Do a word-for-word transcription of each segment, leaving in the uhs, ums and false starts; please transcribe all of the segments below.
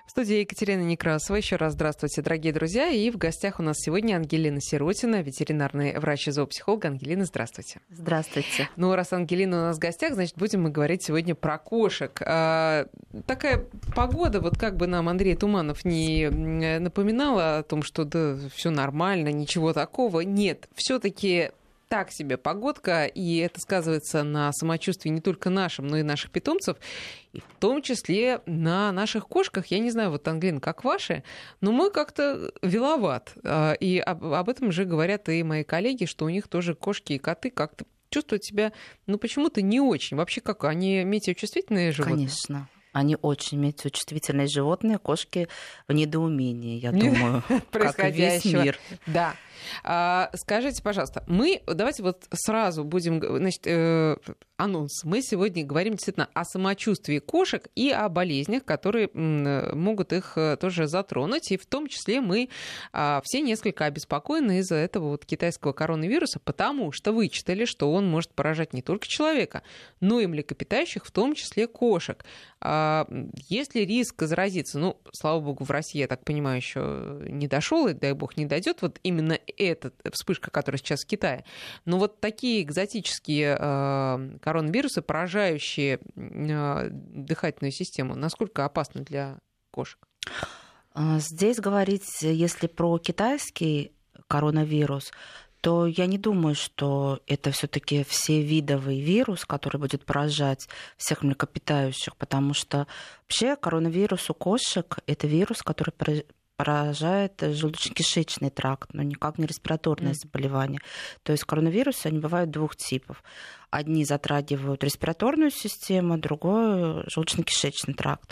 В студии Екатерина Некрасова. Еще раз здравствуйте, дорогие друзья. И в гостях у нас сегодня Ангелина Сиротина, ветеринарный врач и зоопсихолог. Ангелина, здравствуйте. Здравствуйте. Ну, раз Ангелина у нас в гостях, значит, будем мы говорить сегодня про кошек. А, такая погода, вот как бы нам Андрей Туманов не напоминал о том, что да, все нормально, ничего такого. Нет, все-таки так себе погодка, и это сказывается на самочувствии не только нашем, но и наших питомцев, и в том числе на наших кошках. Я не знаю, вот, Ангелина, как ваши, но мы как-то виловат. И об, об этом же говорят и мои коллеги, что у них тоже кошки и коты как-то чувствуют себя, ну, почему-то не очень. Вообще, как, они метеочувствительные животные? Конечно. Они очень метеочувствительные животные, кошки в недоумении, я думаю, как и весь мир. Да. А, скажите, пожалуйста, мы, давайте вот сразу будем, значит, э, анонс. Мы сегодня говорим действительно о самочувствии кошек и о болезнях, которые м, могут их тоже затронуть. И в том числе мы а, все несколько обеспокоены из-за этого вот китайского коронавируса, потому что вычитали, что он может поражать не только человека, но и млекопитающих, в том числе кошек. А, есть ли риск заразиться? Ну, слава богу, в России, я так понимаю, еще не дошел, и дай бог не дойдет. Вот именно эта вспышка, которая сейчас в Китае. Но вот такие экзотические э, коронавирусы, поражающие э, дыхательную систему, насколько опасны для кошек? Здесь говорить, если про китайский коронавирус, то я не думаю, что это все-таки всевидовый вирус, который будет поражать всех млекопитающих, потому что вообще коронавирус у кошек – это вирус, который поражает желудочно-кишечный тракт, но никак не респираторное mm. заболевание. То есть коронавирусы, они бывают двух типов. Одни затрагивают респираторную систему, другой – желудочно-кишечный тракт.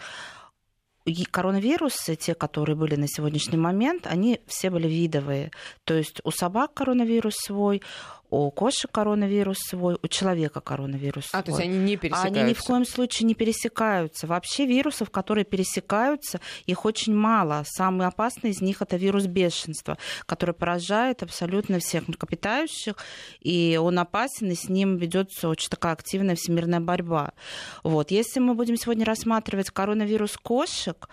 И коронавирусы, те, которые были на сегодняшний момент, они все были видовые. То есть у собак коронавирус свой, у кошек коронавирус свой, у человека коронавирус свой. А, то есть они не пересекаются? Они ни в коем случае не пересекаются. Вообще вирусов, которые пересекаются, их очень мало. Самый опасный из них – это вирус бешенства, который поражает абсолютно всех млекопитающих, и он опасен, и с ним ведется очень такая активная всемирная борьба. Вот. Если мы будем сегодня рассматривать коронавирус кошек,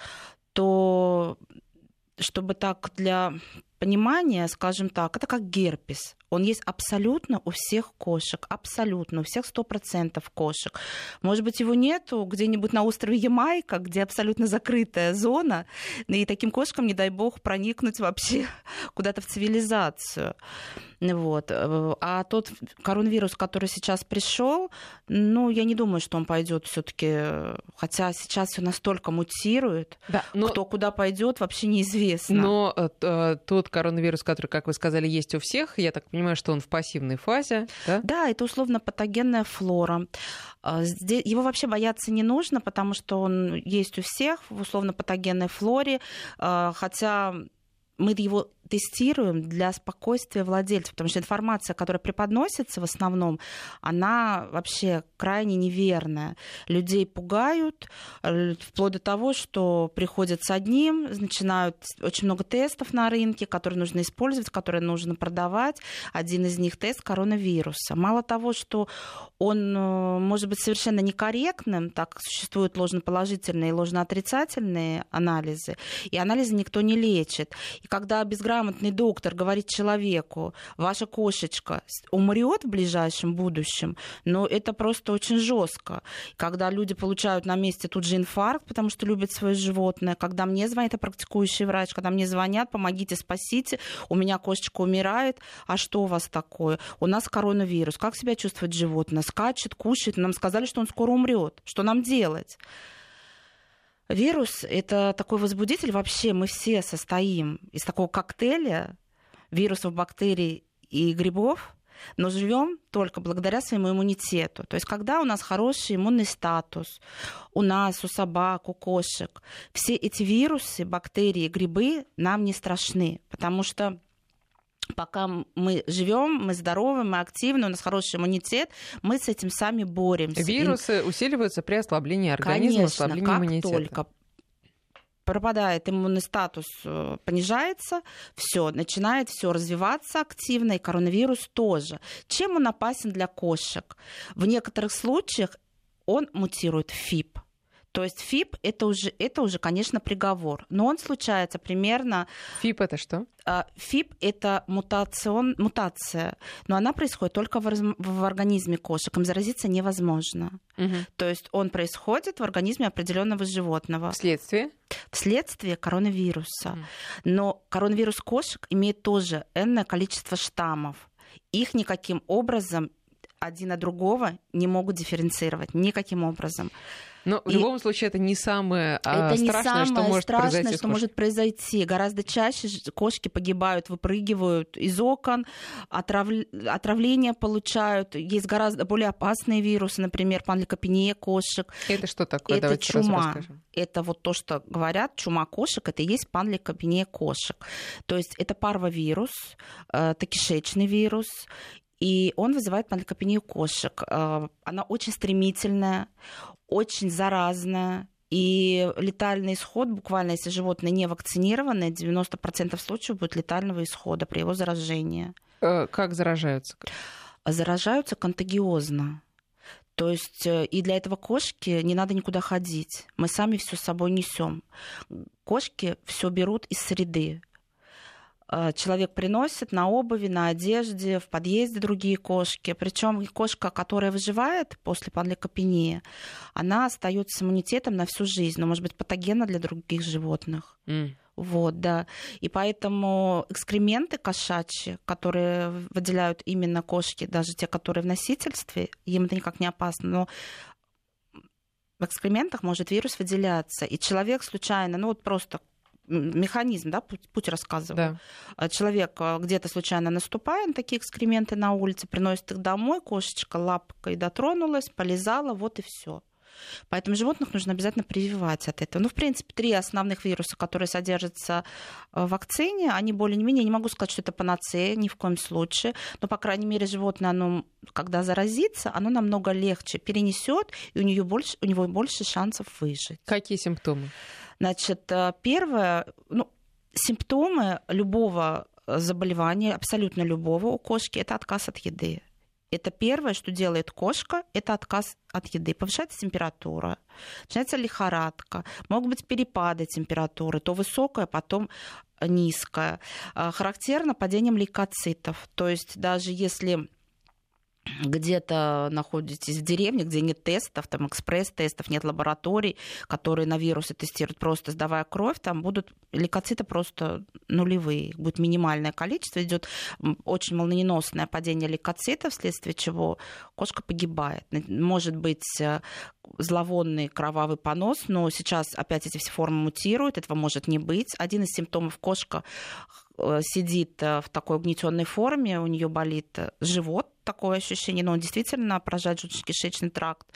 то, чтобы так для понимания, скажем так, это как герпес. Он есть абсолютно у всех кошек, абсолютно, у всех сто процентов кошек. Может быть, его нету где-нибудь на острове Ямайка, где абсолютно закрытая зона, и таким кошкам, не дай бог, проникнуть вообще куда-то в цивилизацию. Вот. А тот коронавирус, который сейчас пришел, ну, я не думаю, что он пойдет все-таки, хотя сейчас все настолько мутирует, да, но... кто куда пойдет, вообще неизвестно. Но э, тот коронавирус, который, как вы сказали, есть у всех, я так понимаю, что он в пассивной фазе. Да, да, это условно-патогенная флора. Его вообще бояться не нужно, потому что он есть у всех в условно-патогенной флоре, хотя мы его тестируем для спокойствия владельцев, потому что информация, которая преподносится в основном, она вообще крайне неверная. Людей пугают, вплоть до того, что приходят с одним, начинают очень много тестов на рынке, которые нужно использовать, которые нужно продавать. Один из них тест коронавируса. Мало того, что он может быть совершенно некорректным, так существуют ложноположительные и ложноотрицательные анализы, и анализы никто не лечит. И когда безграмотный грамотный доктор говорит человеку, ваша кошечка умрет в ближайшем будущем, но это просто очень жестко. Когда люди получают на месте тут же инфаркт, потому что любят свое животное, когда мне звонит а практикующий врач, когда мне звонят, помогите, спасите, у меня кошечка умирает, а что у вас такое? У нас коронавирус. Как себя чувствует животное? Скачет, кушает, нам сказали, что он скоро умрет. Что нам делать? Вирус – это такой возбудитель. Вообще мы все состоим из такого коктейля вирусов, бактерий и грибов, но живем только благодаря своему иммунитету. То есть когда у нас хороший иммунный статус, у нас, у собак, у кошек, все эти вирусы, бактерии, грибы нам не страшны, потому что пока мы живем, мы здоровы, мы активны, у нас хороший иммунитет, мы с этим сами боремся. Вирусы и... усиливаются при ослаблении организма, Конечно, ослаблении как иммунитета. Только пропадает иммунный статус, понижается, все, начинает все развиваться активно, и коронавирус тоже. Чем он опасен для кошек? В некоторых случаях он мутирует в ФИП. То есть ФИП это уже, это уже, конечно, приговор. Но он случается примерно... ФИП это что? ФИП это мутацион, мутация, но она происходит только в, в организме кошек. Им заразиться невозможно. Угу. То есть он происходит в организме определенного животного. Вследствие? Вследствие коронавируса. Угу. Но коронавирус кошек имеет тоже энное количество штаммов. Их никаким образом один от другого не могут дифференцировать. Никаким образом. Но в и любом случае это не самое это страшное, не самое что может страшное, произойти. Что может произойти. Гораздо чаще кошки погибают, выпрыгивают из окон, отрав... отравление получают. Есть гораздо более опасные вирусы, например, панлейкопения кошек. Это что такое? Это Давайте чума. Расскажем. Это вот то, что говорят, чума кошек, это и есть панлейкопения кошек. То есть это парвовирус, это кишечный вирус, и он вызывает панлейкопению кошек. Она очень стремительная, очень заразная. И летальный исход, буквально, если животное не вакцинированное, девяносто процентов случаев будет летального исхода при его заражении. Как заражаются? Заражаются контагиозно. То есть и для этого кошки не надо никуда ходить. Мы сами все с собой несем. Кошки все берут из среды. Человек приносит на обуви, на одежде, в подъезде другие кошки. Причем кошка, которая выживает после панлейкопении, она остается с иммунитетом на всю жизнь, но может быть патогенна для других животных. Mm. Вот, да. И поэтому экскременты кошачьи, которые выделяют именно кошки, даже те, которые в носительстве, им это никак не опасно, но в экскрементах может вирус выделяться. И человек случайно, ну вот просто механизм, да, путь, путь рассказывал. Да. Человек где-то случайно наступает на такие экскременты на улице, приносит их домой, кошечка лапкой дотронулась, полизала, вот и все. Поэтому животных нужно обязательно прививать от этого. Ну, в принципе, три основных вируса, которые содержатся в вакцине, они более-менее, я не могу сказать, что это панацея, ни в коем случае, но, по крайней мере, животное, оно, когда заразится, оно намного легче перенесет, и у, нее больше, у него больше шансов выжить. Какие симптомы? Значит, первое, ну, симптомы любого заболевания, абсолютно любого у кошки, это отказ от еды. Это первое, что делает кошка, это отказ от еды. Повышается температура, начинается лихорадка, могут быть перепады температуры, то высокая, потом низкая. Характерно падением лейкоцитов. То есть даже если где-то находитесь в деревне, где нет тестов, там экспресс-тестов, нет лабораторий, которые на вирусы тестируют, просто сдавая кровь, там будут лейкоциты просто нулевые, будет минимальное количество, идет очень молниеносное падение лейкоцитов, вследствие чего кошка погибает. Может быть зловонный кровавый понос, но сейчас опять эти все формы мутируют, этого может не быть. Один из симптомов: кошка сидит в такой угнетенной форме, у нее болит живот, такое ощущение, но он действительно поражает желудочно-кишечный тракт.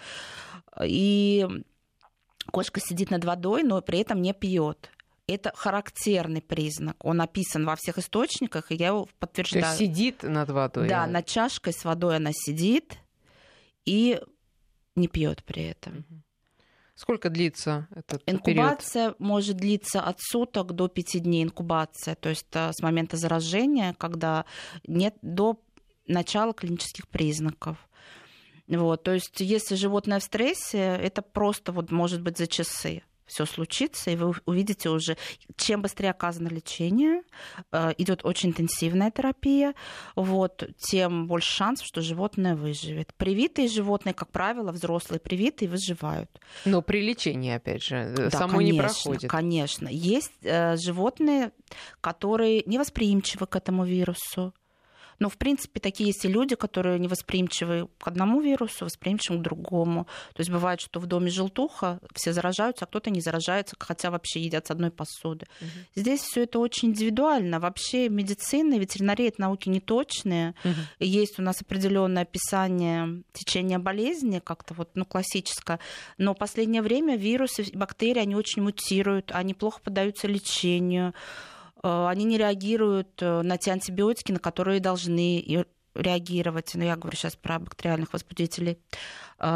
И кошка сидит над водой, но при этом не пьет. Это характерный признак. Он описан во всех источниках, и я его подтверждаю. То есть сидит над водой? Да, над чашкой с водой она сидит и не пьет при этом. Сколько длится этот инкубация период? Может длиться от суток до пяти дней. Инкубация, то есть с момента заражения, когда нет, до начала клинических признаков. Вот, то есть если животное в стрессе, это просто вот может быть за часы. Все случится, и вы увидите уже, чем быстрее оказано лечение, идет очень интенсивная терапия, вот, тем больше шансов, что животное выживет. Привитые животные, как правило, взрослые привитые, выживают. Но при лечении, опять же, да, само конечно, не проходит. Конечно. Есть э, животные, которые невосприимчивы к этому вирусу. Но, в принципе, такие есть и люди, которые невосприимчивы к одному вирусу, восприимчивы к другому. То есть бывает, что в доме желтуха, все заражаются, а кто-то не заражается, хотя вообще едят с одной посуды. Угу. Здесь все это очень индивидуально. Вообще медицина и ветеринария — это науки неточные. Угу. Есть у нас определенное описание течения болезни, как-то вот, ну, классическое. Но в последнее время вирусы и бактерии, они очень мутируют, они плохо поддаются лечению. Они не реагируют на те антибиотики, на которые должны реагировать. Но я говорю сейчас про бактериальных возбудителей.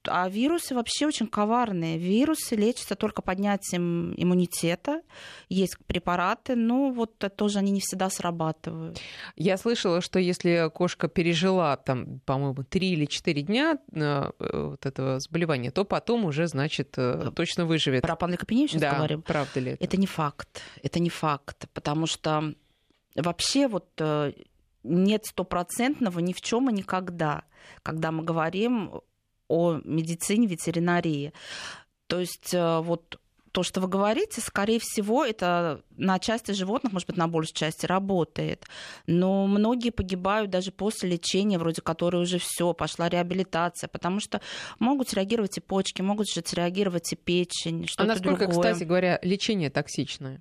А вирусы вообще очень коварные. Вирусы лечатся только поднятием иммунитета. Есть препараты, но вот тоже они не всегда срабатывают. Я слышала, что если кошка пережила, там, по-моему, три или четыре дня вот этого заболевания, то потом уже, значит, точно выживет. Про панлейкопению сейчас да, говорим? Правда ли это? Это не факт. Это не факт, потому что вообще вот нет стопроцентного ни в чем и никогда, когда мы говорим о медицине, ветеринарии. То есть вот то, что вы говорите, скорее всего, это на части животных, может быть, на большей части работает. Но многие погибают даже после лечения, вроде которой уже все, пошла реабилитация, потому что могут среагировать и почки, могут же среагировать и печень, что-то А насколько, другое. Кстати говоря, лечение токсичное?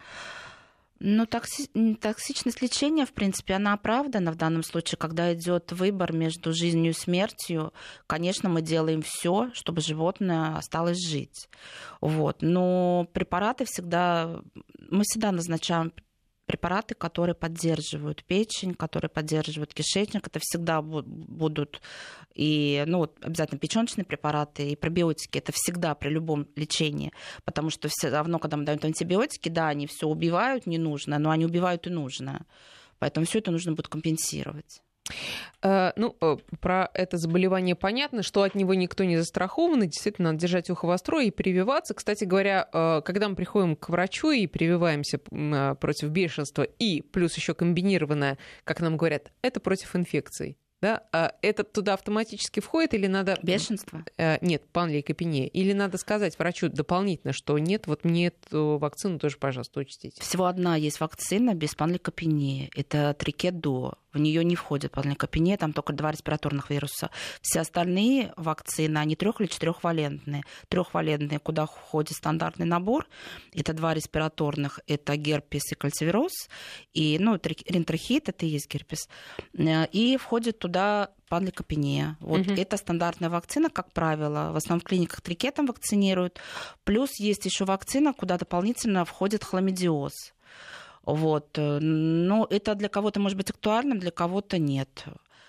Ну, токси... токсичность лечения, в принципе, она оправдана в данном случае, когда идет выбор между жизнью и смертью. Конечно, мы делаем все, чтобы животное осталось жить. Вот. Но препараты всегда... Мы всегда назначаем препараты, которые поддерживают печень, которые поддерживают кишечник. Это всегда будут и, ну, вот обязательно печёночные препараты и пробиотики. Это всегда при любом лечении. Потому что все равно, когда мы даем антибиотики, да, они все убивают ненужное, но они убивают и нужное. Поэтому все это нужно будет компенсировать. Ну, про это заболевание понятно, что от него никто не застрахован, и действительно надо держать ухо востро и прививаться. Кстати говоря, когда мы приходим к врачу и прививаемся против бешенства, и плюс еще комбинированное, как нам говорят, это против инфекций. Да? Это туда автоматически входит или надо... Бешенство? Нет, панлейкопения. Или надо сказать врачу дополнительно, что нет, вот мне эту вакцину тоже, пожалуйста, учтите. Всего одна есть вакцина без панлейкопении. Это трикет-дуо. В нее не входит панлейкопения, там только два респираторных вируса. Все остальные вакцины, они трех- или четырехвалентные. Трехвалентные, куда входит стандартный набор. Это два респираторных, это герпес и кальцивироз. И, ну, ринтрахеид, это и есть герпес. И входит туда панлейкопения. Вот угу. Это стандартная вакцина, как правило. В основном в клиниках трикетом вакцинируют. Плюс есть еще вакцина, куда дополнительно входит хламидиоз. Вот. Но это для кого-то может быть актуальным, для кого-то нет.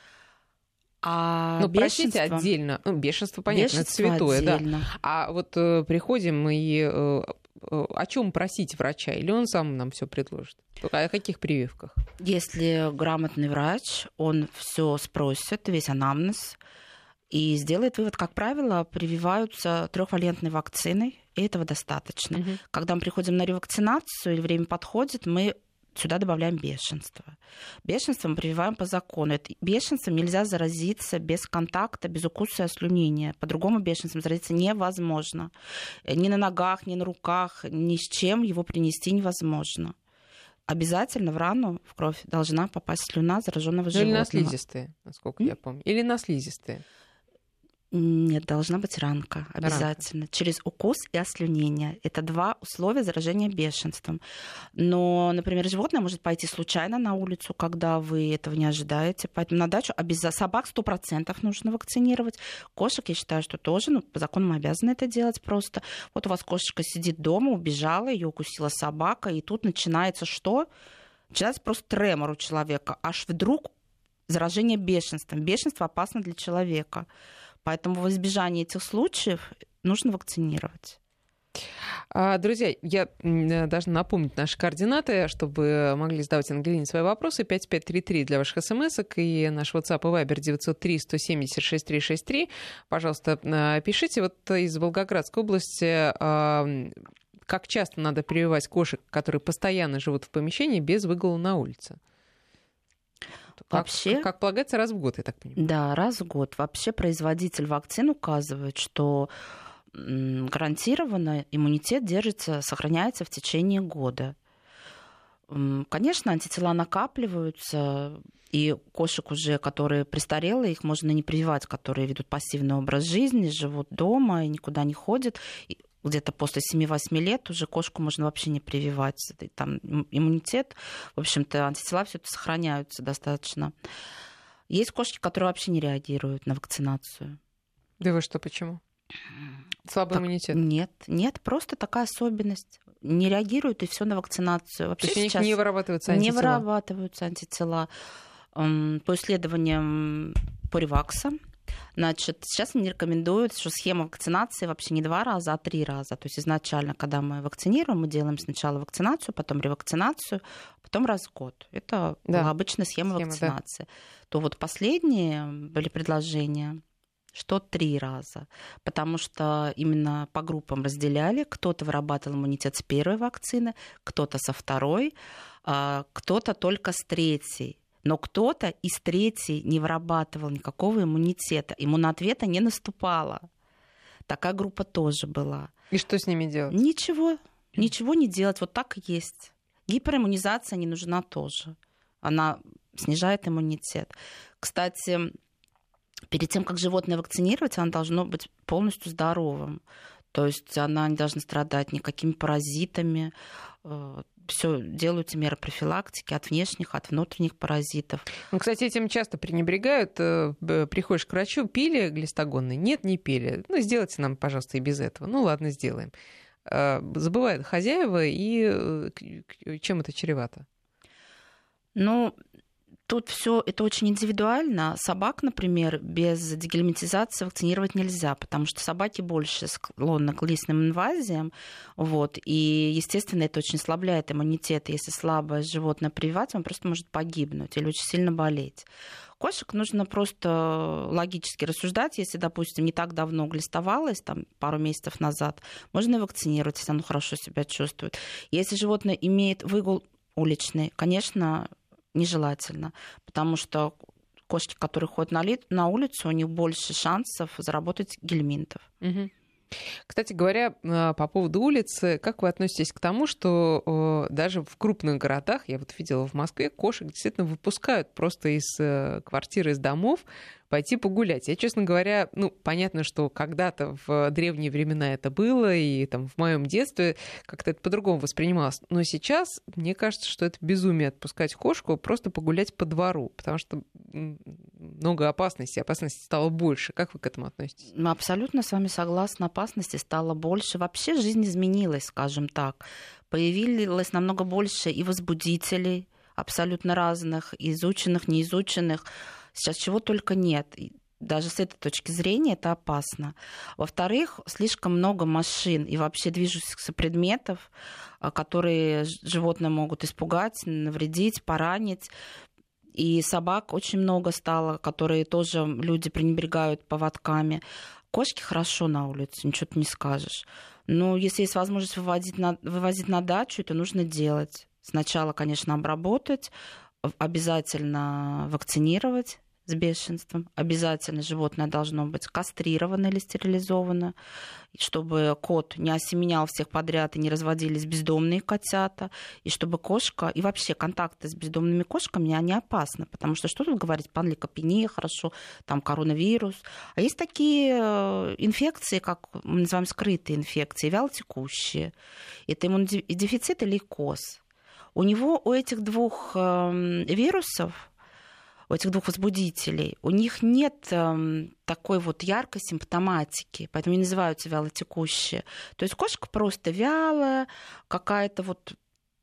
А ну, бешенство... простите, отдельно. Ну, бешенство, понятно, бешенство это святое, отдельно. Да. А вот э, приходим и э, о чем просить врача? Или он сам нам все предложит? О каких прививках? Если грамотный врач, он все спросит, весь анамнез, и сделает вывод. Как правило, прививаются трехвалентной вакциной, и этого достаточно. Угу. Когда мы приходим на ревакцинацию, или время подходит, мы сюда добавляем бешенство. Бешенство мы прививаем по закону. Это бешенством нельзя заразиться без контакта, без укуса и ослюнения. По-другому бешенством заразиться невозможно. Ни на ногах, ни на руках, ни с чем его принести невозможно. Обязательно в рану, в кровь должна попасть слюна зараженного животного. Или на слизистые, насколько mm? я помню. Или на слизистые. Нет, должна быть ранка, обязательно. Ранка. Через укус и ослюнение. Это два условия заражения бешенством. Но, например, животное может пойти случайно на улицу, когда вы этого не ожидаете. Поэтому на дачу обязательно собак сто процентов нужно вакцинировать. Кошек, я считаю, что тоже. Ну, по закону мы обязаны это делать просто. Вот у вас кошечка сидит дома, убежала, ее укусила собака, и тут начинается что? Начинается просто тремор у человека. Аж вдруг заражение бешенством. Бешенство опасно для человека. Поэтому в избежание этих случаев нужно вакцинировать. Друзья, я должна напомнить наши координаты, чтобы могли задавать Ангелине свои вопросы. пять пять три три для ваших смс-ок и наш WhatsApp и Viber девятьсот три сто семьдесят шесть триста шестьдесят три. Пожалуйста, пишите. Вот из Волгоградской области как часто надо прививать кошек, которые постоянно живут в помещении без выгула на улице? Вообще, как, как полагается, раз в год, я так понимаю. Да, раз в год. Вообще производитель вакцин указывает, что гарантированно иммунитет держится, сохраняется в течение года. Конечно, антитела накапливаются, и кошек уже, которые престарелые, их можно не прививать, которые ведут пассивный образ жизни, живут дома и никуда не ходят. Где-то после семи-восьми лет уже кошку можно вообще не прививать. Там иммунитет, в общем-то, антитела все это сохраняются достаточно. Есть кошки, которые вообще не реагируют на вакцинацию. Да вы что, почему? Слабый так, иммунитет? Нет, нет, просто такая особенность. Не реагируют, и все на вакцинацию. Вообще То есть сейчас у них не вырабатываются антитела? Не вырабатываются антитела. По исследованиям Поривакса, Значит, сейчас мне рекомендуют, что схема вакцинации вообще не два раза, а три раза. То есть изначально, когда мы вакцинируем, мы делаем сначала вакцинацию, потом ревакцинацию, потом раз в год. Это да. была обычная схема, схема вакцинации. Да. То вот последние были предложения, что три раза. Потому что именно по группам разделяли. Кто-то вырабатывал иммунитет с первой вакцины, кто-то со второй, кто-то только с третьей. Но кто-то из третьей не вырабатывал никакого иммунитета. Иммуноответа не наступало. Такая группа тоже была. И что с ними делать? Ничего. Ничего не делать. Вот так и есть. Гипериммунизация не нужна тоже. Она снижает иммунитет. Кстати, перед тем, как животное вакцинировать, оно должно быть полностью здоровым. То есть она не должна страдать никакими паразитами. Все делаются меры профилактики от внешних, от внутренних паразитов. Ну, кстати, этим часто пренебрегают. Приходишь к врачу, пили глистогонный? Нет, не пили. Ну, сделайте нам, пожалуйста, и без этого. Ну, ладно, сделаем. Забывают хозяева, и чем это чревато? Ну, тут все это очень индивидуально. Собак, например, без дегельминтизации вакцинировать нельзя, потому что собаки больше склонны к листным инвазиям. Вот, и, естественно, это очень ослабляет иммунитет. Если слабое животное прививать, он просто может погибнуть или очень сильно болеть. Кошек нужно просто логически рассуждать. Если, допустим, не так давно глистовалось, там, пару месяцев назад, можно и вакцинировать, если оно хорошо себя чувствует. Если животное имеет выгул уличный, конечно, нежелательно, потому что кошки, которые ходят на, ли... на улицу, у них больше шансов заработать гельминтов. Угу. Кстати говоря, по поводу улицы, как вы относитесь к тому, что даже в крупных городах, я вот видела в Москве, кошек действительно выпускают просто из квартир, из домов пойти погулять. Я, честно говоря, ну, понятно, что когда-то в древние времена это было, и там в моем детстве как-то это по-другому воспринималось. Но сейчас, мне кажется, что это безумие отпускать кошку просто погулять по двору, потому что много опасностей, опасностей стало больше. Как вы к этому относитесь? Абсолютно с вами согласна. Опасностей стало больше. Вообще жизнь изменилась, скажем так. Появилось намного больше и возбудителей абсолютно разных, изученных, неизученных. Сейчас чего только нет. Даже с этой точки зрения это опасно. Во-вторых, слишком много машин и вообще движущихся предметов, которые животные могут испугать, навредить, поранить. И собак очень много стало, которые тоже люди пренебрегают поводками. Кошки хорошо на улице, ничего ты не скажешь. Но если есть возможность выводить на, вывозить на дачу, это нужно делать. Сначала, конечно, обработать, обязательно вакцинировать с бешенством. Обязательно животное должно быть кастрировано или стерилизовано, чтобы кот не осеменял всех подряд и не разводились бездомные котята, и чтобы кошка, и вообще контакты с бездомными кошками, они опасны, потому что что тут говорить, панлейкопения, хорошо, там коронавирус. А есть такие инфекции, как мы называем скрытые инфекции, вялотекущие. Это иммунодефицит и лейкоз. У него, у этих двух вирусов, у этих двух возбудителей, у них нет э, такой вот яркой симптоматики, поэтому они называются вялотекущие. То есть кошка просто вялая, какая-то вот...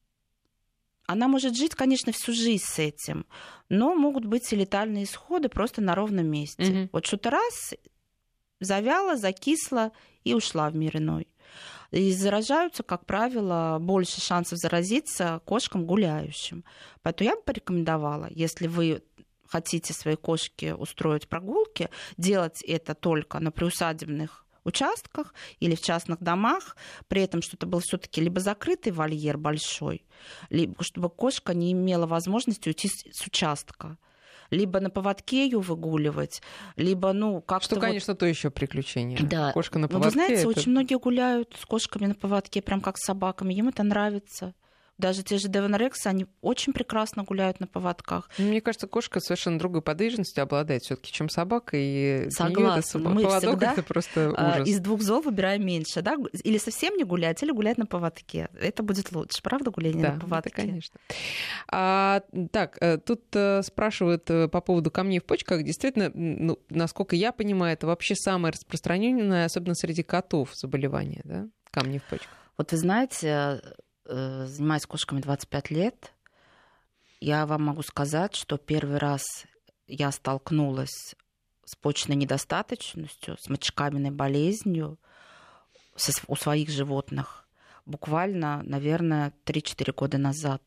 Она может жить, конечно, всю жизнь с этим, но могут быть и летальные исходы просто на ровном месте. Mm-hmm. Вот что-то раз завяла, закисла и ушла в мир иной. И заражаются, как правило, больше шансов заразиться кошкам гуляющим. Поэтому я бы порекомендовала, если вы хотите своей кошке устроить прогулки, делать это только на приусадебных участках или в частных домах, при этом, что это был все-таки либо закрытый вольер большой, либо чтобы кошка не имела возможности уйти с участка. Либо на поводке ее выгуливать, либо, ну, как-то... Что, конечно, вот... то еще приключение. Да. Кошка на поводке. Вы знаете, это... очень многие гуляют с кошками на поводке, прям как с собаками. Им это нравится. Даже те же девенрексы, они очень прекрасно гуляют на поводках. Мне кажется, кошка совершенно другой подвижностью обладает все-таки, чем собака. И согласна. Мы поводок всегда это просто ужас. Из двух зол выбираем меньше. Да? Или совсем не гулять, или гулять на поводке. Это будет лучше. Правда, гуляние да, на поводке? Да, конечно. А, так, тут спрашивают по поводу камней в почках. Действительно, ну, насколько я понимаю, это вообще самое распространенное, особенно среди котов, заболевание, да? Камни в почках. Вот вы знаете... занимаюсь кошками двадцать пять лет, я вам могу сказать, что первый раз я столкнулась с почечной недостаточностью, с мочекаменной болезнью у своих животных буквально, наверное, три-четыре года назад.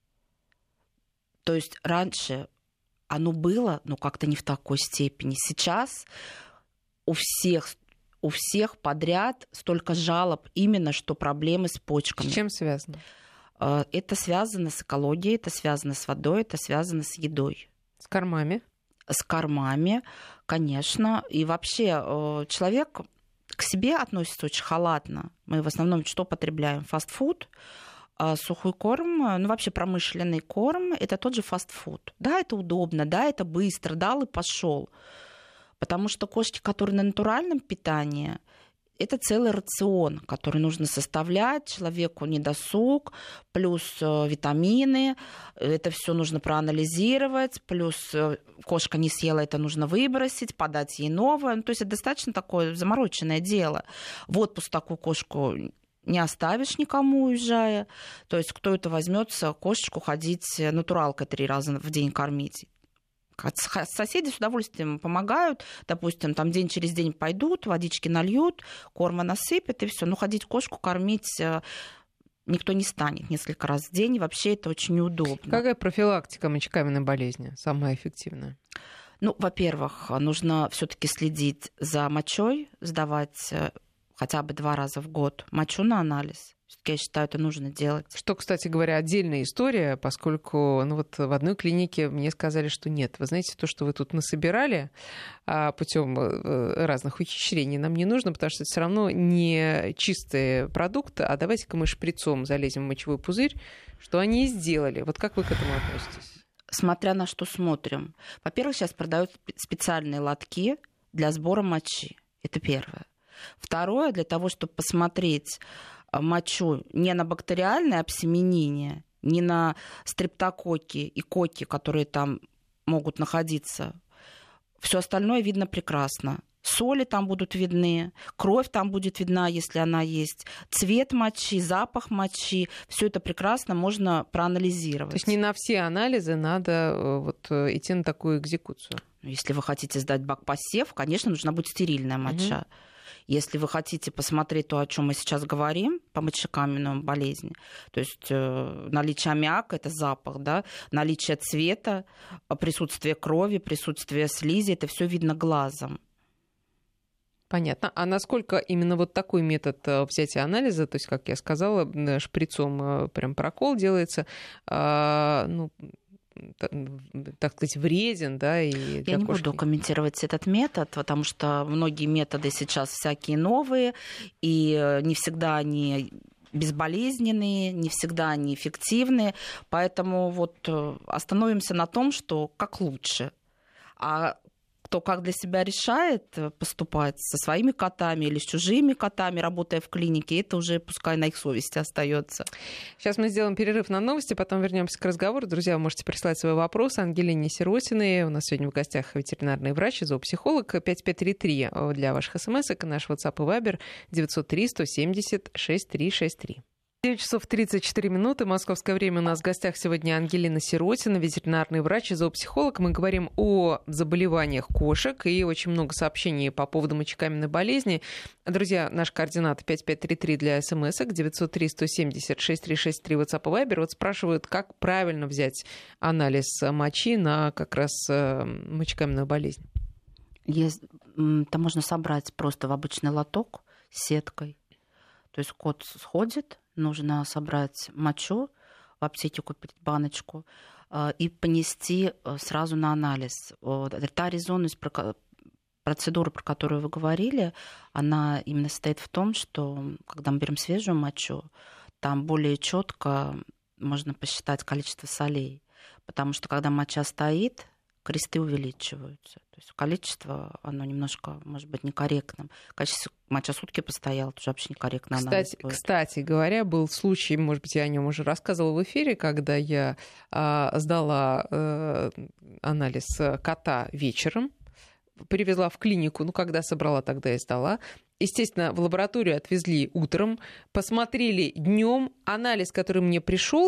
То есть раньше оно было, но как-то не в такой степени. Сейчас у всех, у всех подряд столько жалоб именно, что проблемы с почками. С чем связано? Это связано с экологией, это связано с водой, это связано с едой. С кормами? С кормами, конечно. И вообще человек к себе относится очень халатно. Мы в основном что потребляем? Фастфуд, сухой корм, ну вообще промышленный корм — это тот же фастфуд. Да, это удобно, да, это быстро, дал и пошел. Потому что кошки, которые на натуральном питании, это целый рацион, который нужно составлять, человеку недосуг, плюс витамины, это все нужно проанализировать, плюс кошка не съела, это нужно выбросить, подать ей новое. Ну, то есть это достаточно такое замороченное дело. В отпуск такую кошку не оставишь никому, уезжая. То есть кто это возьмется кошечку ходить натуралкой три раза в день кормить? Соседи с удовольствием помогают, допустим, там день через день пойдут, водички нальют, корма насыпят, и все. Но ходить кошку кормить никто не станет несколько раз в день, и вообще это очень неудобно. Какая профилактика мочекаменной болезни самая эффективная? Ну, во-первых, нужно все-таки следить за мочой, сдавать хотя бы два раза в год мочу на анализ. Все-таки я считаю, это нужно делать. Что, кстати говоря, отдельная история, поскольку ну вот в одной клинике мне сказали, что нет. Вы знаете, то, что вы тут насобирали путем разных ухищрений, нам не нужно, потому что это все равно не чистый продукт, а давайте-ка мы шприцом залезем в мочевой пузырь, что они и сделали. Вот как вы к этому относитесь? Смотря на что смотрим. Во-первых, сейчас продают специальные лотки для сбора мочи. Это первое. Второе, для того, чтобы посмотреть мочу не на бактериальное обсеменение, не на стрептококки и коки, которые там могут находиться. Все остальное видно прекрасно. Соли там будут видны, кровь там будет видна, если она есть, цвет мочи, запах мочи. Все это прекрасно можно проанализировать. То есть не на все анализы надо вот идти на такую экзекуцию? Если вы хотите сдать бакпосев, конечно, нужна будет стерильная моча. Угу. Если вы хотите посмотреть то, о чем мы сейчас говорим, по мочекаменной болезни, то есть э, наличие аммиака — это запах, да, наличие цвета, присутствие крови, присутствие слизи — это все видно глазом. Понятно. А насколько именно вот такой метод взятия анализа, то есть, как я сказала, шприцом прям прокол делается, э, ну, так сказать, вреден, да, и для Я не кошки. буду комментировать этот метод, потому что многие методы сейчас всякие новые, и не всегда они безболезненные, не всегда они эффективные, поэтому вот остановимся на том, что как лучше. А кто как для себя решает поступать со своими котами или с чужими котами, работая в клинике, это уже пускай на их совести остается. Сейчас мы сделаем перерыв на новости, потом вернемся к разговору. Друзья, вы можете присылать свои вопросы Ангелине Сиротиной. У нас сегодня в гостях ветеринарный врач и зоопсихолог. пять пять три три для ваших смс-ок. Наш WhatsApp и Viber девятьсот три сто семьдесят шесть триста шестьдесят три. девять часов тридцать четыре минуты. Московское время. У нас в гостях сегодня Ангелина Сиротина, ветеринарный врач и зоопсихолог. Мы говорим о заболеваниях кошек и очень много сообщений по поводу мочекаменной болезни. Друзья, наш координат пять пять три три для смс-ок, девятьсот три сто семьдесят шесть триста шестьдесят три WhatsApp и Viber. Вот спрашивают, как правильно взять анализ мочи на как раз мочекаменную болезнь. Есть, это можно собрать просто в обычный лоток с сеткой. То есть кот сходит, нужно собрать мочу, в аптеке купить баночку и понести сразу на анализ. Та резонность, процедура, про которую вы говорили, она именно состоит в том, что когда мы берем свежую мочу, там более четко можно посчитать количество солей. Потому что когда моча стоит, кресты увеличиваются. То есть количество, оно немножко, может быть, некорректным. Количество моча сутки постояло, это уже вообще некорректно. Кстати, кстати говоря, был случай, может быть, я о нем уже рассказывала в эфире, когда я э, сдала э, анализ кота вечером, привезла в клинику, ну, когда собрала, тогда и сдала. Естественно, в лабораторию отвезли утром, посмотрели днем. Анализ, который мне пришел,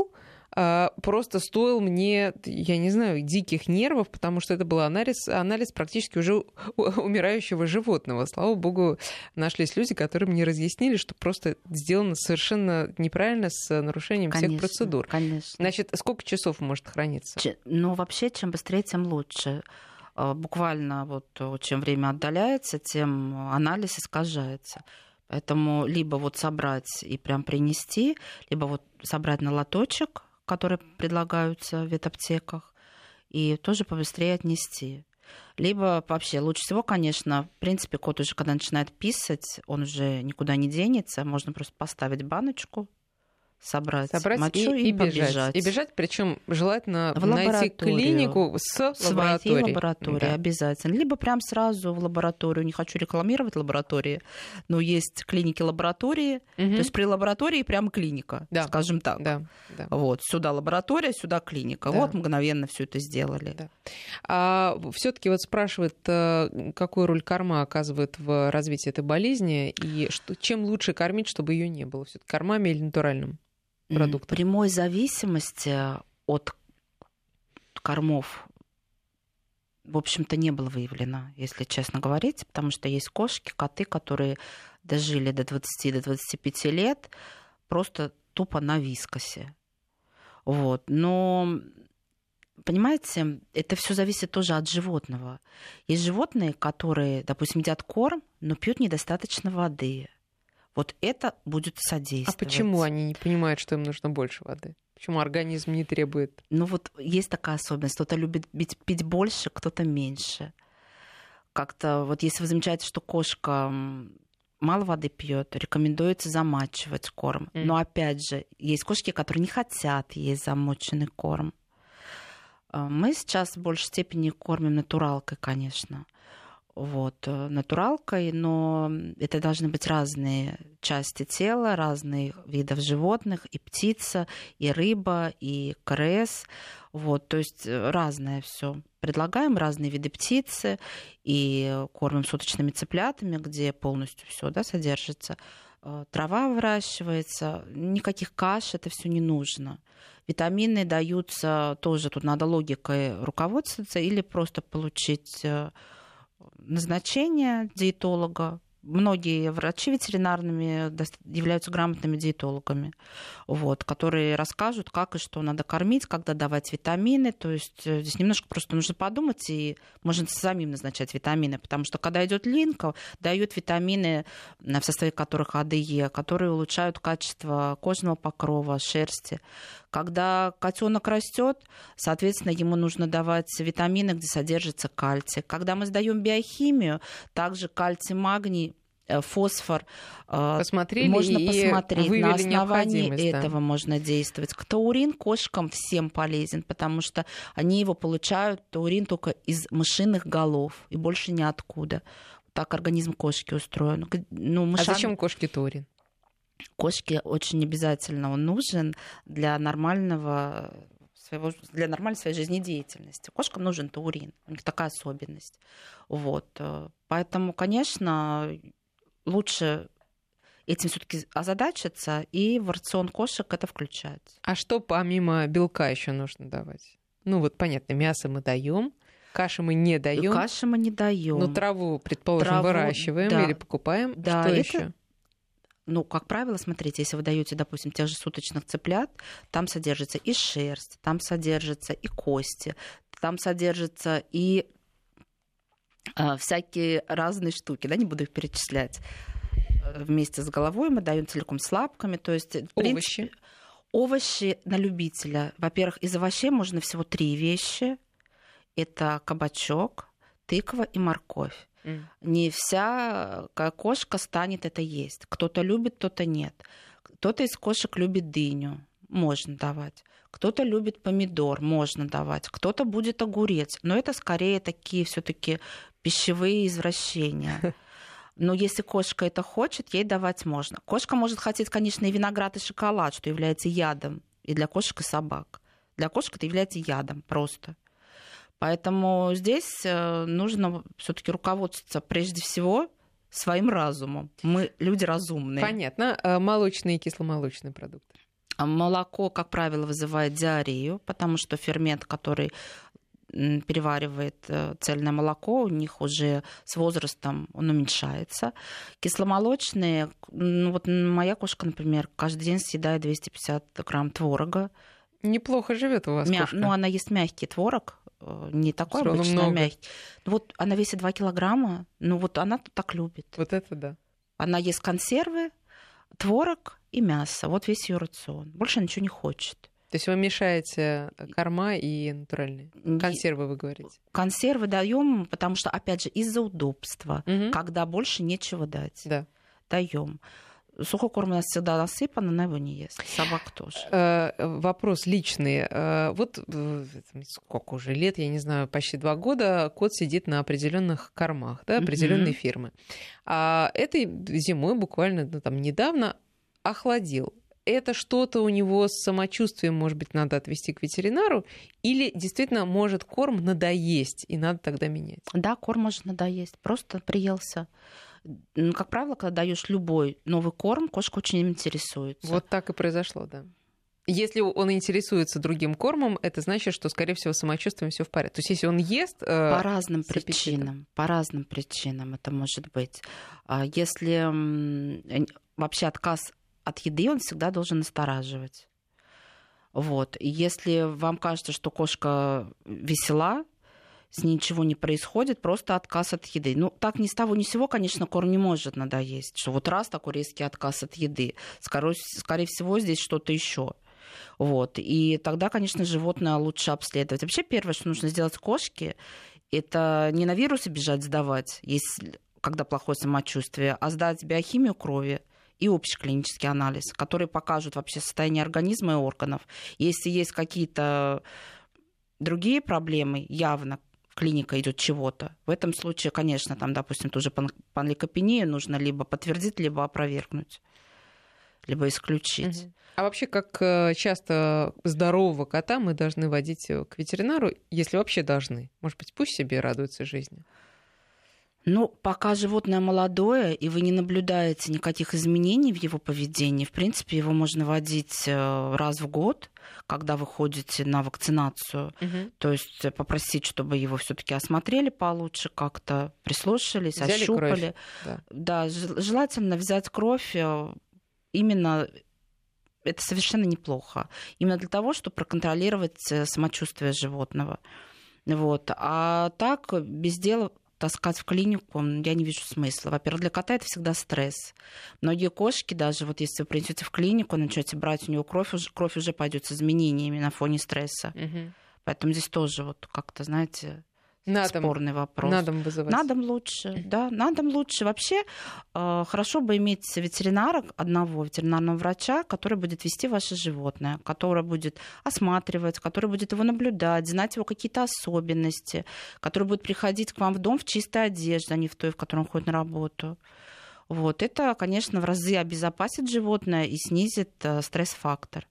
просто стоил мне, я не знаю, диких нервов, потому что это был анализ, анализ практически уже умирающего животного. Слава богу, нашлись люди, которые мне разъяснили, что просто сделано совершенно неправильно, с нарушением конечно, всех процедур. Конечно. Значит, сколько часов может храниться? Ч- ну, вообще, чем быстрее, тем лучше. Буквально вот чем время отдаляется, тем анализ искажается. Поэтому либо вот собрать и прям принести, либо вот собрать на лоточек, которые предлагаются в ветаптеках, и тоже побыстрее отнести. Либо вообще лучше всего, конечно, в принципе, кот уже когда начинает писать, он уже никуда не денется, можно просто поставить баночку, собрать, собрать мочу и, и, и бежать. побежать. И бежать, причем желательно в найти клинику с Своей лабораторией. лаборатории, да. Обязательно. Либо прям сразу в лабораторию. Не хочу рекламировать лаборатории, но есть клиники-лаборатории. Угу. То есть при лаборатории прям клиника, да. скажем так. Да. Да. Вот, сюда лаборатория, сюда клиника. Да. Вот мгновенно все это сделали. Да. А все-таки вот спрашивают, какую роль корма оказывает в развитии этой болезни, и что, чем лучше кормить, чтобы ее не было? Все-таки кормами или натуральным продуктом? Прямой зависимости от кормов, в общем-то, не было выявлено, если честно говорить, потому что есть кошки, коты, которые дожили до двадцати до двадцати пяти лет просто тупо на вискосе. Вот. Но, понимаете, это все зависит тоже от животного. Есть животные, которые, допустим, едят корм, но пьют недостаточно воды. Вот это будет содействовать. А почему они не понимают, что им нужно больше воды? Почему организм не требует? Ну вот есть такая особенность. Кто-то любит пить, пить больше, кто-то меньше. Как-то вот если вы замечаете, что кошка мало воды пьет, рекомендуется замачивать корм. Mm. Но опять же, есть кошки, которые не хотят есть замоченный корм. Мы сейчас в большей степени кормим натуралкой, конечно. Вот, натуралкой, но это должны быть разные части тела, разных видов животных, и птица, и рыба, и КРС. Вот, то есть разное все. Предлагаем разные виды птицы и кормим суточными цыплятами, где полностью все, да, содержится. Трава выращивается, никаких каш, это все не нужно. Витамины даются тоже, тут надо логикой руководствоваться или просто получить назначение диетолога. Многие врачи ветеринарными являются грамотными диетологами, вот, которые расскажут, как и что надо кормить, когда давать витамины. То есть здесь немножко просто нужно подумать, и можно самим назначать витамины, потому что когда идет линька, дают витамины, в составе которых А, Д, Е, которые улучшают качество кожного покрова, шерсти. Когда котенок растет, соответственно, ему нужно давать витамины, где содержится кальций. Когда мы сдаем биохимию, также кальций, магний, фосфор, посмотрели можно посмотреть, на основании этого да. можно действовать. Таурин кошкам всем полезен, потому что они его получают, таурин только из мышиных голов и больше ниоткуда. Так организм кошки устроен. Ну, мышам... А зачем кошке таурин? Кошке очень обязательно он нужен для нормального своего, для нормальной своей жизнедеятельности. Кошкам нужен таурин, у них такая особенность. Вот. Поэтому, конечно, лучше этим все-таки озадачиться и в рацион кошек это включать. А что помимо белка еще нужно давать? Ну вот понятно, мясо мы даем, каши мы не даем. Каши мы не даем. Но траву, предположим, траву, выращиваем да. или покупаем. Да, что это... еще? Ну, как правило, смотрите, если вы даете, допустим, тех же суточных цыплят, там содержится и шерсть, там содержится и кости, там содержится и э, всякие разные штуки, да, не буду их перечислять. Вместе с головой мы даем целиком с лапками, то есть в принципе, овощи. Овощи на любителя. Во-первых, из овощей можно всего три вещи. Это кабачок, тыква и морковь. Mm. Не вся кошка станет это есть. Кто-то любит, кто-то нет. Кто-то из кошек любит дыню, можно давать. Кто-то любит помидор, можно давать. Кто-то будет огурец. Но это скорее такие все-таки пищевые извращения. Но если кошка это хочет, ей давать можно. Кошка может хотеть, конечно, и виноград, и шоколад, что является ядом и для кошек, и собак. Для кошек это является ядом просто. Поэтому здесь нужно все-таки руководствоваться прежде всего своим разумом. Мы люди разумные. Понятно. Молочные и кисломолочные продукты? Молоко, как правило, вызывает диарею, потому что фермент, который переваривает цельное молоко, у них уже с возрастом он уменьшается. Кисломолочные, ну вот моя кошка, например, каждый день съедает двести пятьдесят грамм творога. Неплохо живет у вас Мя... кошка. Ну, она ест мягкий творог, не такой обычно, а мягкий. Вот она весит два килограмма, ну вот она так любит. Вот это да. Она ест консервы, творог и мясо. Вот весь ее рацион. Больше ничего не хочет. То есть вы мешаете корма и натуральные? Консервы, вы говорите? Консервы даем, потому что, опять же, из-за удобства, угу. когда больше нечего дать. Да. Даем. Сухой корм у нас всегда насыпан, она его не ест. Собак тоже. Э, вопрос личный. Э, вот сколько уже лет, я не знаю, почти два года кот сидит на определенных кормах, да, определенной mm-hmm. фирмы. А этой зимой, буквально ну, там, недавно, охладил. Это что-то у него с самочувствием, может быть, надо отвезти к ветеринару, или действительно может корм надоесть, и надо тогда менять? Да, корм может надоесть, просто приелся. Как правило, когда даешь любой новый корм, кошка очень им интересуется. Вот так и произошло, да. Если он интересуется другим кормом, это значит, что, скорее всего, с самочувствием все в порядке. То есть, если он ест... Э, по разным причинам. По разным причинам это может быть. Если вообще отказ от еды, он всегда должен настораживать. Вот. И если вам кажется, что кошка весела, с ней ничего не происходит, просто отказ от еды. Ну, так ни с того ни с сего, конечно, корм не может надоесть, что вот раз такой резкий отказ от еды. Скорее, скорее всего, здесь что-то еще. Вот. И тогда, конечно, животное лучше обследовать. Вообще, первое, что нужно сделать кошке, это не на вирусы бежать сдавать, если, когда плохое самочувствие, а сдать биохимию крови и общий клинический анализ, которые покажут вообще состояние организма и органов. Если есть какие-то другие проблемы, явно клиника идет чего-то, в этом случае, конечно, там, допустим, ту же панлейкопению нужно либо подтвердить, либо опровергнуть, либо исключить. Угу. А вообще, как часто здорового кота мы должны водить к ветеринару, если вообще должны? Может быть, пусть себе радуется жизни? Ну, пока животное молодое, и вы не наблюдаете никаких изменений в его поведении, в принципе, его можно водить раз в год, когда вы ходите на вакцинацию. Угу. То есть попросить, чтобы его все-таки осмотрели получше, как-то прислушались, взяли ощупали. Кровь. Да. да, желательно взять кровь именно... Это совершенно неплохо. Именно для того, чтобы проконтролировать самочувствие животного. Вот. А так, без дела... таскать в клинику, я не вижу смысла. Во-первых, для кота это всегда стресс. Многие кошки, даже вот если вы принесете в клинику, начнете брать у него кровь, уже, кровь уже пойдет с изменениями на фоне стресса. Угу. Поэтому здесь тоже вот как-то, знаете, на спорный дом, вопрос. На дом вызывать. На дом лучше, да, на дом лучше. Вообще э, хорошо бы иметь ветеринара, одного ветеринарного врача, который будет вести ваше животное, который будет осматривать, который будет его наблюдать, знать его какие-то особенности, который будет приходить к вам в дом в чистой одежде, а не в той, в которой он ходит на работу. Вот. Это, конечно, в разы обезопасит животное и снизит э, стресс-фактор.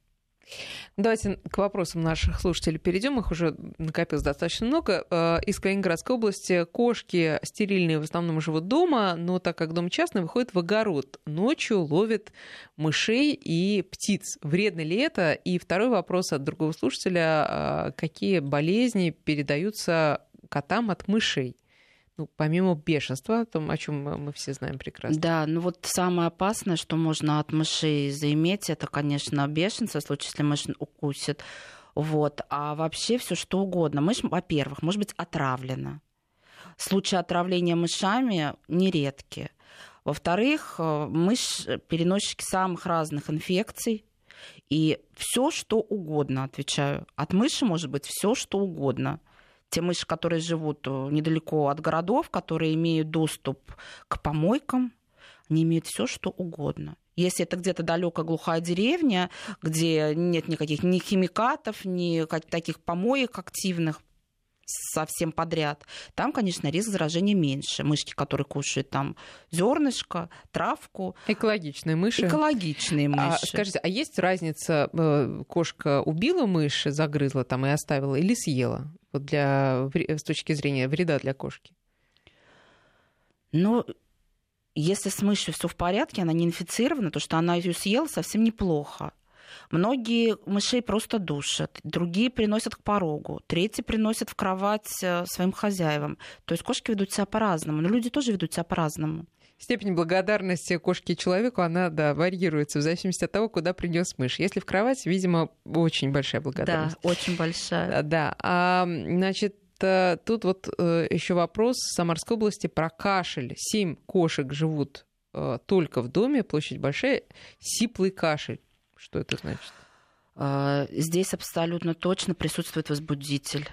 Давайте к вопросам наших слушателей перейдем. Их уже накопилось достаточно много. Из Калининградской области кошки стерильные в основном живут дома, но так как дом частный, выходят в огород. Ночью ловят мышей и птиц. Вредно ли это? И второй вопрос от другого слушателя. Какие болезни передаются котам от мышей? Ну, помимо бешенства, о том, о чем мы все знаем прекрасно. Да, ну вот самое опасное, что можно от мышей заиметь, это, конечно, бешенство, в случае, если мышь укусит. Вот. А вообще все что угодно. Мышь, во-первых, может быть отравлена. Случаи отравления мышами нередки. Во-вторых, мышь переносчики самых разных инфекций. И все что угодно, отвечаю. От мыши может быть все что угодно. Те мыши, которые живут недалеко от городов, которые имеют доступ к помойкам, они имеют все, что угодно. Если это где-то далекая глухая деревня, где нет никаких ни химикатов, ни таких помоек активных совсем подряд, там, конечно, риск заражения меньше. Мышки, которые кушают там зернышко, травку. Экологичные мыши. Экологичные мыши. А, скажите, а есть разница, кошка убила мышь, загрызла там и оставила, или съела? Вот для, с точки зрения вреда для кошки? Ну, если с мышью все в порядке, она не инфицирована, то что она ее съела совсем неплохо. Многие мышей просто душат, другие приносят к порогу, третьи приносят в кровать своим хозяевам. То есть кошки ведут себя по-разному, но люди тоже ведут себя по-разному. Степень благодарности кошки человеку, она, да, варьируется в зависимости от того, куда принес мышь. Если в кровать, видимо, очень большая благодарность. Да, очень большая. Да, а, значит, тут вот еще вопрос в Самарской области про кашель. Семь кошек живут только в доме, площадь большая, сиплый кашель. Что это значит? Здесь абсолютно точно присутствует возбудитель.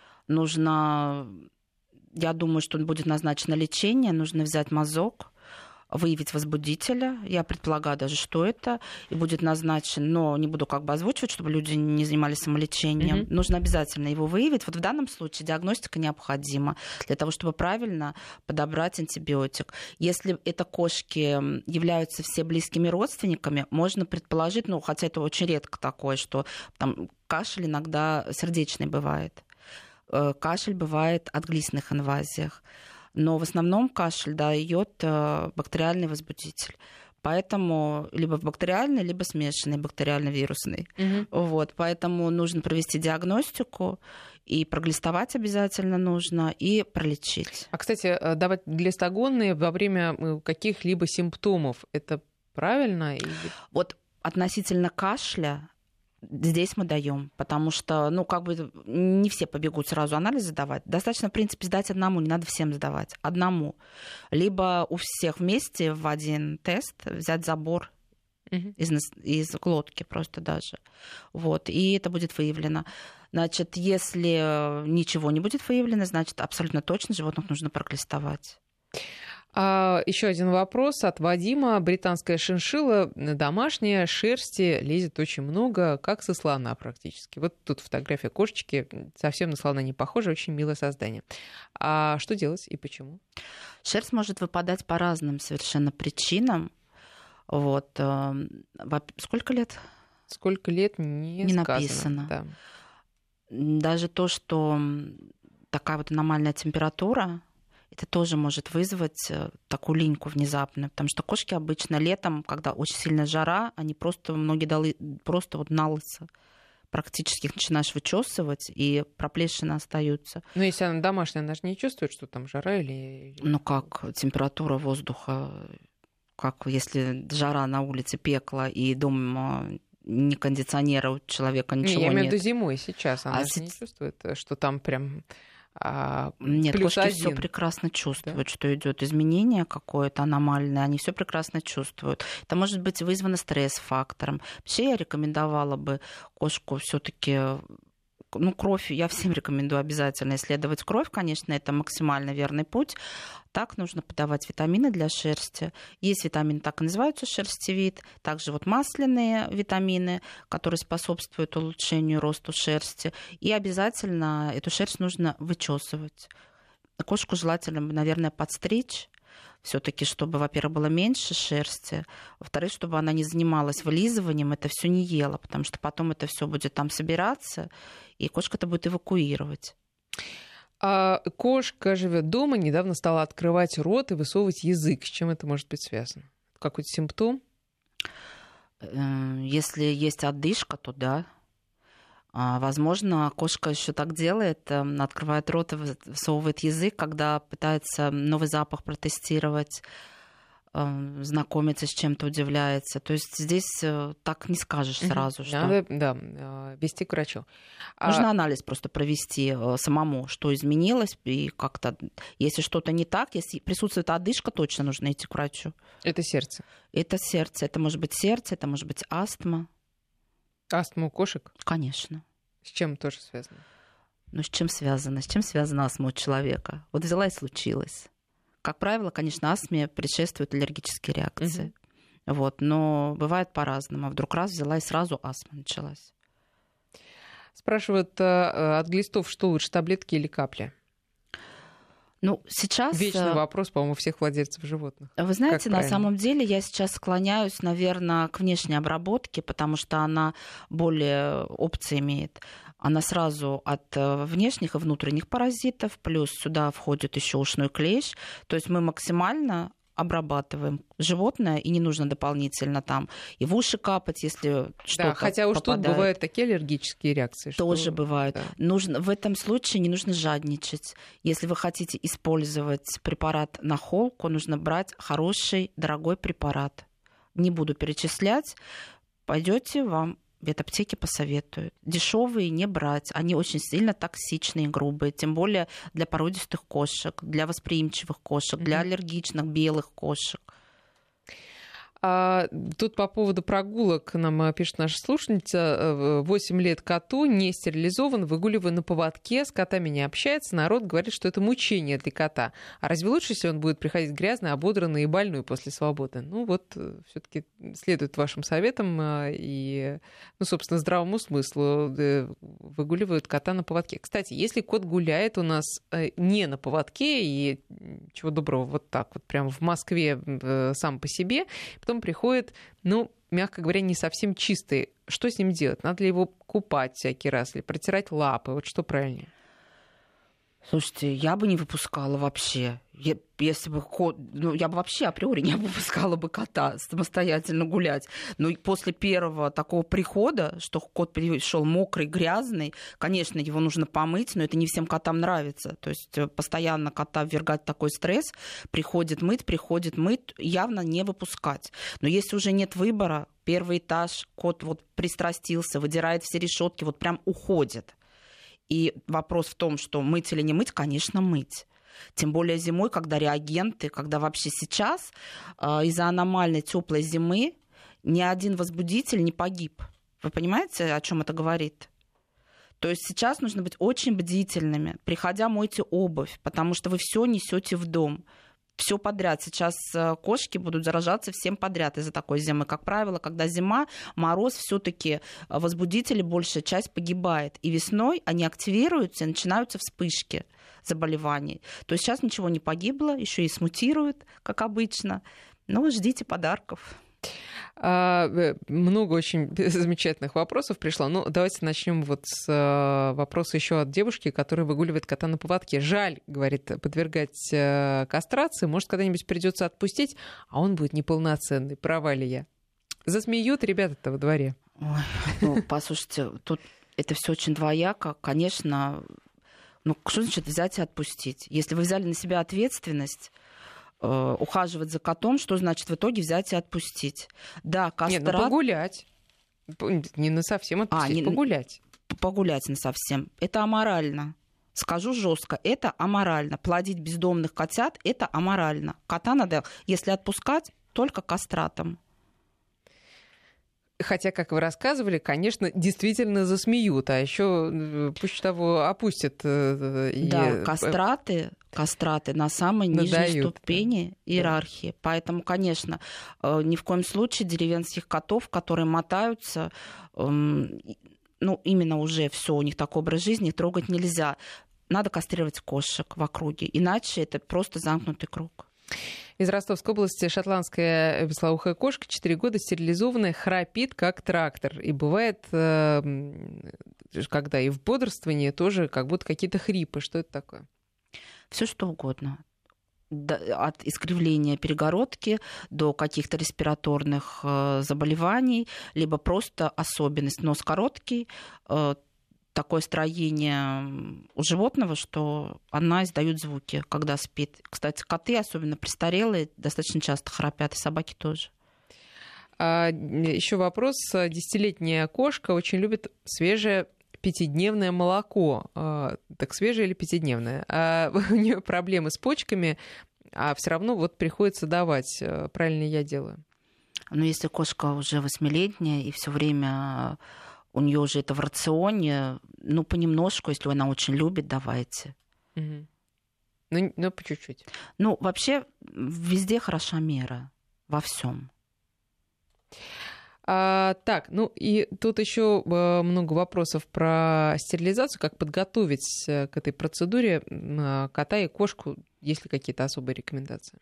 Нужно, я думаю, что будет назначено лечение, нужно взять мазок, выявить возбудителя. Я предполагаю даже, что это, и будет назначен, но не буду как бы озвучивать, чтобы люди не занимались самолечением. Mm-hmm. Нужно обязательно его выявить. Вот в данном случае диагностика необходима для того, чтобы правильно подобрать антибиотик. Если это кошки являются все близкими родственниками, можно предположить, ну, хотя это очень редко такое, что там кашель иногда сердечный бывает. Кашель бывает от глистных инвазиях. Но в основном кашель дает бактериальный возбудитель. Поэтому либо бактериальный, либо смешанный бактериально-вирусный. Угу. Вот, поэтому нужно провести диагностику, и проглистовать обязательно нужно, и пролечить. А, кстати, давать глистогонные во время каких-либо симптомов, это правильно? Вот относительно кашля здесь мы даем, потому что, ну, как бы не все побегут сразу анализ сдавать. Достаточно, в принципе, сдать одному, не надо всем сдавать. Одному. Либо у всех вместе в один тест взять забор uh-huh. из, из глотки просто даже. Вот, и это будет выявлено. Значит, если ничего не будет выявлено, значит, абсолютно точно животных нужно проглистовать. А, еще один вопрос от Вадима. Британская шиншилла домашняя, шерсти лезет очень много, как со слона практически. Вот тут фотография кошечки, совсем на слона не похожа, очень милое создание. А что делать и почему? Шерсть может выпадать по разным совершенно причинам. Вот. Сколько лет? Сколько лет не, не сказано. Написано. Да. Даже то, что такая вот аномальная температура, это тоже может вызвать такую линьку внезапную, потому что кошки обычно летом, когда очень сильная жара, они просто, многие далы, просто вот на лысо практически их начинаешь вычесывать, и проплешины остаются. Но если она домашняя, она же не чувствует, что там жара или... Ну как, температура воздуха, как если жара на улице, пекло, и дом... ни кондиционера у человека, ничего не, я имею в нет. виду зимой сейчас. Она а же с... не чувствует, что там прям а, Нет, плюс кошки один. все прекрасно чувствуют, да? Что идет изменение какое-то аномальное. Они все прекрасно чувствуют. Это может быть вызвано стресс-фактором. Вообще я рекомендовала бы кошку все-таки... Ну, кровь, я всем рекомендую обязательно исследовать кровь, конечно, это максимально верный путь. Так нужно подавать витамины для шерсти. Есть витамины, так и называются шерстевид. Также вот масляные витамины, которые способствуют улучшению росту шерсти. И обязательно эту шерсть нужно вычесывать. Кошку желательно, наверное, подстричь. Все-таки, чтобы, во-первых, было меньше шерсти, во-вторых, чтобы она не занималась вылизыванием, это все не ела, потому что потом это все будет там собираться, и кошка это будет эвакуировать. А кошка живет дома, недавно стала открывать рот и высовывать язык. С чем это может быть связано? Какой-то симптом? Если есть одышка, то да. Возможно, кошка еще так делает, открывает рот и высовывает язык, когда пытается новый запах протестировать, знакомиться с чем-то, удивляется. То есть здесь так не скажешь сразу. Что... Надо, да, вести к врачу. Нужно а... анализ просто провести самому, что изменилось, и как-то, если что-то не так, если присутствует одышка, точно нужно идти к врачу. Это сердце? Это сердце. Это может быть сердце, это может быть астма. Астма у кошек? Конечно. С чем тоже связано? Ну, с чем связано? С чем связана астма у человека? Вот взяла и случилось. Как правило, конечно, астме предшествуют аллергические реакции. Угу. Вот, но бывает по-разному. Вдруг раз взяла и сразу астма началась. Спрашивают от глистов, что лучше, таблетки или капли? Ну, сейчас... Вечный вопрос, по-моему, у всех владельцев животных. Вы знаете, на самом деле я сейчас склоняюсь, наверное, к внешней обработке, потому что она более опций имеет. Она сразу от внешних и внутренних паразитов, плюс сюда входит еще ушной клещ. То есть мы максимально обрабатываем животное, и не нужно дополнительно там и в уши капать, если что-то Да, хотя уж попадает. тут бывают такие аллергические реакции. Тоже что... бывают. Да. Нужно, в этом случае не нужно жадничать. Если вы хотите использовать препарат на холку, нужно брать хороший, дорогой препарат. Не буду перечислять. Пойдете, вам в ветаптеке посоветуют. Дешевые не брать. Они очень сильно токсичные, грубые. Тем более для породистых кошек, для восприимчивых кошек, mm-hmm. для аллергичных белых кошек. А тут по поводу прогулок нам пишет наша слушательница. восемь лет коту, не стерилизован, выгуливаю на поводке, с котами не общается. Народ говорит, что это мучение для кота. А разве лучше, если он будет приходить грязный, ободранный и больной после свободы? Ну вот, все-таки следует вашим советам и, ну, собственно, здравому смыслу. Выгуливают кота на поводке. Кстати, если кот гуляет у нас не на поводке и, чего доброго, вот так вот прямо в Москве сам по себе, потом приходит, ну, мягко говоря, не совсем чистый. Что с ним делать? Надо ли его купать всякий раз или протирать лапы? Вот что правильнее? Слушайте, я бы не выпускала вообще. Я, если бы кот, ну, я бы вообще априори не выпускала бы кота самостоятельно гулять. Но после первого такого прихода, что кот пришел мокрый, грязный, конечно, его нужно помыть, но это не всем котам нравится. То есть постоянно кота ввергать в такой стресс, приходит мыть, приходит мыть, явно не выпускать. Но если уже нет выбора, первый этаж, кот вот пристрастился, выдирает все решетки, вот прям уходит. И вопрос в том, что мыть или не мыть, конечно, мыть. Тем более зимой, когда реагенты, когда вообще сейчас э, из-за аномальной теплой зимы ни один возбудитель не погиб. Вы понимаете, о чем это говорит? То есть сейчас нужно быть очень бдительными. Приходя, мойте обувь, потому что вы все несете в дом. Все подряд. Сейчас кошки будут заражаться всем подряд из-за такой зимы. Как правило, когда зима, мороз, все-таки возбудители, большая часть погибает. И весной они активируются, и начинаются вспышки заболеваний. То есть сейчас ничего не погибло, еще и смутируют, как обычно. Но ждите подарков. Много очень замечательных вопросов пришло. Ну, давайте начнем вот с вопроса еще от девушки, которая выгуливает кота на поводке. Жаль, говорит, подвергать кастрации. Может, когда-нибудь придется отпустить, а он будет неполноценный. Права ли я? Засмеют ребята-то во дворе. Ой, ну, послушайте, тут это все очень двояко. Конечно, ну, что значит взять и отпустить? Если вы взяли на себя ответственность, ухаживать за котом, что значит в итоге взять и отпустить? Да, кастрат... Нет, ну погулять. Не на совсем отпустить, а, не... погулять. Погулять на совсем. Это аморально. Скажу жестко, это аморально. Плодить бездомных котят – это аморально. Кота надо, если отпускать, только кастратом. Хотя, как вы рассказывали, конечно, действительно засмеют, а еще пусть того опустят. И... Да, кастраты, кастраты на самой надают, нижней ступени иерархии. Да. Поэтому, конечно, ни в коем случае деревенских котов, которые мотаются, ну, именно уже все, у них такой образ жизни, трогать нельзя. Надо кастрировать кошек в округе, иначе это просто замкнутый круг. Из Ростовской области шотландская веслоухая кошка, четыре года, стерилизованная, храпит как трактор. И бывает, когда и в бодрствовании тоже как будто какие-то хрипы. Что это такое? Все что угодно. От искривления перегородки до каких-то респираторных заболеваний, либо просто особенность. Нос короткий, такое строение у животного, что она издает звуки, когда спит. Кстати, коты, особенно престарелые, достаточно часто храпят, и собаки тоже. А, еще вопрос. Десятилетняя кошка очень любит свежее пятидневное молоко. А, так свежее или пятидневное? А, у нее проблемы с почками, а все равно вот приходится давать. Правильно я делаю? Ну, если кошка уже восьмилетняя и все время у нее уже это в рационе, ну, понемножку, если она очень любит, давайте. Угу. Ну, ну, по чуть-чуть. Ну, вообще, везде хороша мера, во всем. А, так, ну и тут еще много вопросов про стерилизацию, как подготовить к этой процедуре кота и кошку, есть ли какие-то особые рекомендации?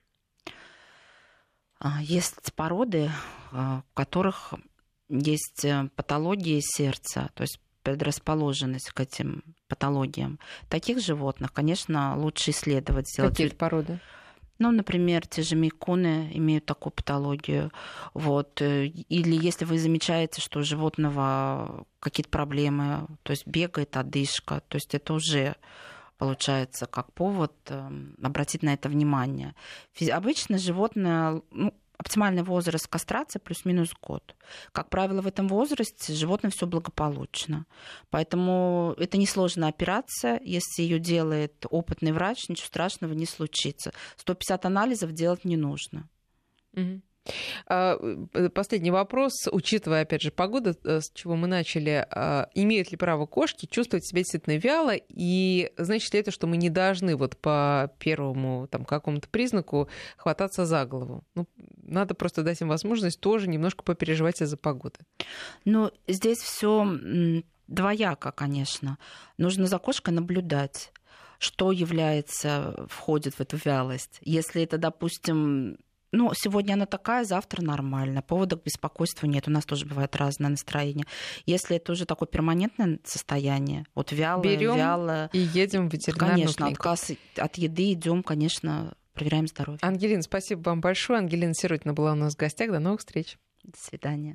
Есть породы, у которых есть патологии сердца, то есть предрасположенность к этим патологиям. Таких животных, конечно, лучше исследовать. Какие породы? Ну, например, те же мейкуны имеют такую патологию. Вот. Или если вы замечаете, что у животного какие-то проблемы, то есть бегает одышка, то есть это уже получается как повод обратить на это внимание. Обычно животное, ну, оптимальный возраст кастрации плюс-минус год. Как правило, в этом возрасте животное все благополучно. Поэтому это несложная операция. Если ее делает опытный врач, ничего страшного не случится. сто пятьдесят анализов делать не нужно. Угу. Последний вопрос, учитывая, опять же, погоду, с чего мы начали, имеют ли право кошки чувствовать себя действительно вяло, и значит ли это, что мы не должны вот по первому там, какому-то признаку хвататься за голову? Ну, надо просто дать им возможность тоже немножко попереживать из-за погоды. Ну, здесь все двояко, конечно. Нужно за кошкой наблюдать, что является, входит в эту вялость. Если это, допустим, ну, сегодня она такая, завтра нормально. Повода к беспокойству нет. У нас тоже бывает разное настроение. Если это уже такое перманентное состояние, вот вялое, берем вялое, и едем в ветеринарную конечно, клинику. отказ от еды, идем, конечно, проверяем здоровье. Ангелина, спасибо вам большое. Ангелина Сиротина была у нас в гостях. До новых встреч. До свидания.